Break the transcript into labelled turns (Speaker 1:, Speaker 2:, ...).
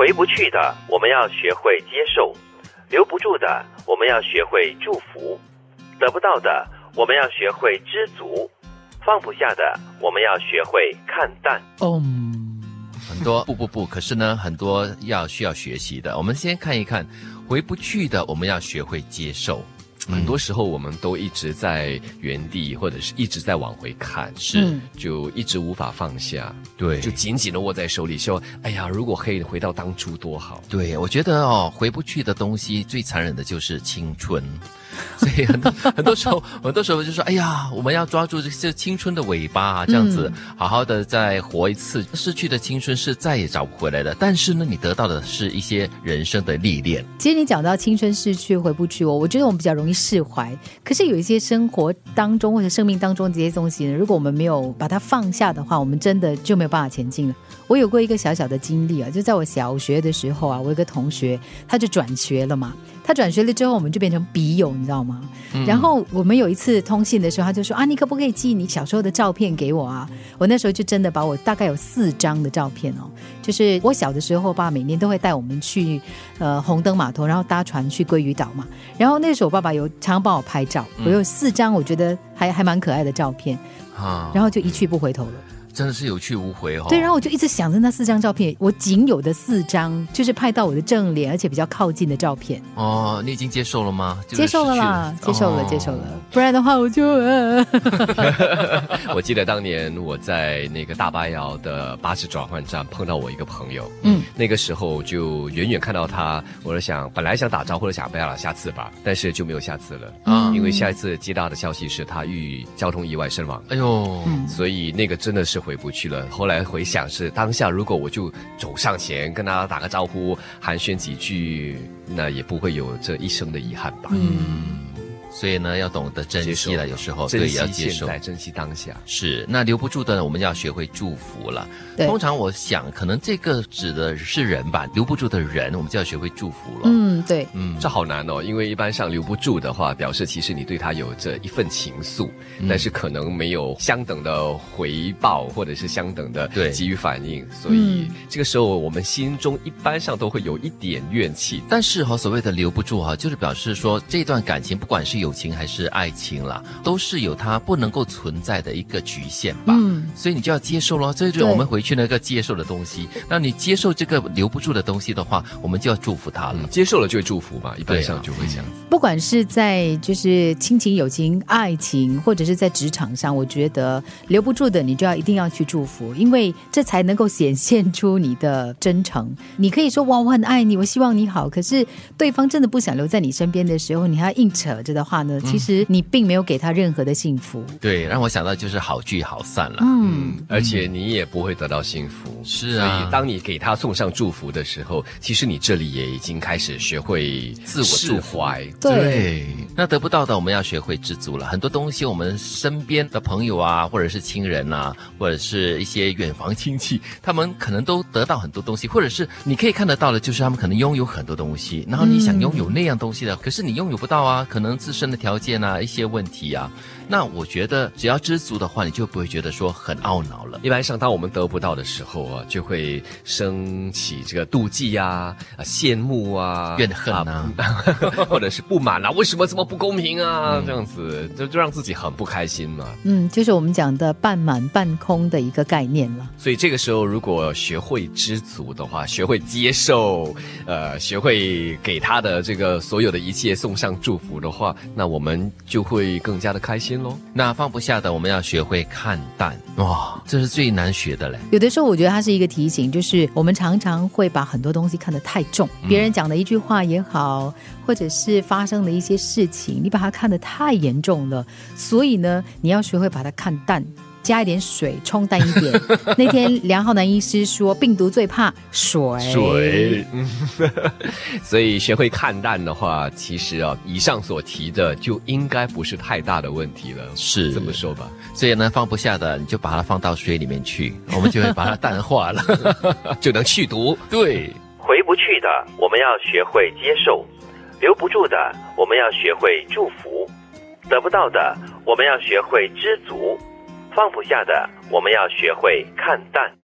Speaker 1: 回不去的，我们要学会接受；留不住的，我们要学会祝福；得不到的，我们要学会知足；放不下的，我们要学会看淡。
Speaker 2: 很多不，可是呢，很多需要学习的。我们先看一看，回不去的，我们要学会接受。
Speaker 3: 很多时候我们都一直在原地，或者是一直在往回看，就一直无法放下，
Speaker 2: 对，
Speaker 3: 就紧紧的握在手里，说哎呀，如果可以回到当初多好。
Speaker 2: 对，我觉得回不去的东西最残忍的就是青春。所以很多时候就说，哎呀，我们要抓住这青春的尾巴这样子好好的再活一次。失去的青春是再也找不回来的，但是呢，你得到的是一些人生的历练。
Speaker 4: 其实你讲到青春逝去回不去，我觉得我们比较容易释怀。可是有一些生活当中或者生命当中这些东西呢，如果我们没有把它放下的话，我们真的就没有办法前进了。我有过一个小小的经历啊，就在我小学的时候啊，我有一个同学他就转学了嘛，他转学了之后我们就变成笔友，你知道吗？然后我们有一次通信的时候，他就说啊，你可不可以寄你小时候的照片给我啊？我那时候就真的把我大概有4张的照片哦，就是我小的时候，爸爸每年都会带我们去红灯码头，然后搭船去鲑鱼岛嘛。然后那时候我爸爸有常常帮我拍照，我有4张我觉得还蛮可爱的照片，然后就一去不回头了。
Speaker 2: 真的是有去无回
Speaker 4: 对，然后我就一直想着那4张照片，我仅有的4张就是拍到我的正脸而且比较靠近的照片。
Speaker 2: 你已经接受了吗？
Speaker 4: 接受了啦，接受了，不然的话我就
Speaker 3: 我记得当年我在那个大巴窑的巴士转换站碰到我一个朋友，那个时候就远远看到他，我就想本来想打招呼的，想不要了，下次吧，但是就没有下次了因为下一次接到的消息是他遇交通意外身亡。
Speaker 2: 哎呦，
Speaker 3: 所以那个真的是回不去了。后来回想是当下，如果我就走上前跟他打个招呼，寒暄几句，那也不会有这一生的遗憾吧。
Speaker 2: 所以呢，要懂得珍惜了，有时候
Speaker 3: 珍惜
Speaker 2: 要接受，
Speaker 3: 珍惜当下。
Speaker 2: 是，那留不住的，我们要学会祝福了。通常我想，可能这个指的是人吧，留不住的人，我们就要学会祝福了。
Speaker 4: 对，
Speaker 3: 这好难哦，因为一般上留不住的话，表示其实你对他有这一份情愫，但是可能没有相等的回报，或者是相等的给予反应，所以这个时候我们心中一般上都会有一点怨气。
Speaker 2: 但是所谓的留不住就是表示说这段感情，不管是友情还是爱情啦，都是有它不能够存在的一个局限吧。所以你就要接受咯，这就是我们回去那个接受的东西。那你接受这个留不住的东西的话，我们就要祝福它了。
Speaker 3: 接受了就会祝福嘛，一般上就会这样子。
Speaker 4: 不管是在就是亲情、友情、爱情，或者是在职场上，我觉得留不住的你就一定要去祝福，因为这才能够显现出你的真诚。你可以说哇，我很爱你，我希望你好，可是对方真的不想留在你身边的时候，你还要硬扯着的话呢，其实你并没有给他任何的幸福。
Speaker 2: 对，让我想到就是好聚好散了。
Speaker 3: 而且你也不会得到幸福。
Speaker 2: 是啊，
Speaker 3: 所以当你给他送上祝福的时候，其实你这里也已经开始学会
Speaker 2: 自我
Speaker 3: 释怀。
Speaker 4: 对，
Speaker 2: 那得不到的我们要学会知足了。很多东西我们身边的朋友啊，或者是亲人啊，或者是一些远房亲戚，他们可能都得到很多东西，或者是你可以看得到的就是他们可能拥有很多东西，然后你想拥有那样东西的，可是你拥有不到啊，可能自身的条件啊，一些问题啊。那我觉得只要知足的话，你就不会觉得说很懊恼了。
Speaker 3: 一般上当我们得不到的时候啊，就会升起这个妒忌啊、羡慕啊、
Speaker 2: 怨恨啊，
Speaker 3: 或者是不满啊，为什么这么不公平啊？这样子就让自己很不开心嘛。
Speaker 4: 就是我们讲的半满半空的一个概念了。
Speaker 3: 所以这个时候如果学会知足的话，学会接受，学会给他的这个所有的一切送上祝福的话，那我们就会更加的开心咯。
Speaker 2: 那放不下的我们要学会看淡。哇，这是最难学的嘞。
Speaker 4: 有的时候我觉得它是一个提醒，就是我们常常会把很多东西看得太重，别人讲的一句话也好，或者是发生的一些事情，你把它看得太严重了，所以呢你要学会把它看淡，加一点水，冲淡一点。那天梁浩南医师说病毒最怕水
Speaker 3: 所以学会看淡的话，其实以上所提的就应该不是太大的问题了。
Speaker 2: 是
Speaker 3: 这么说吧。
Speaker 2: 所以呢，放不下的你就把它放到水里面去，我们就会把它淡化了
Speaker 3: 就能去毒。
Speaker 2: 对，
Speaker 1: 回不去的我们要学会接受，留不住的我们要学会祝福，得不到的我们要学会知足，放不下的我们要学会看淡。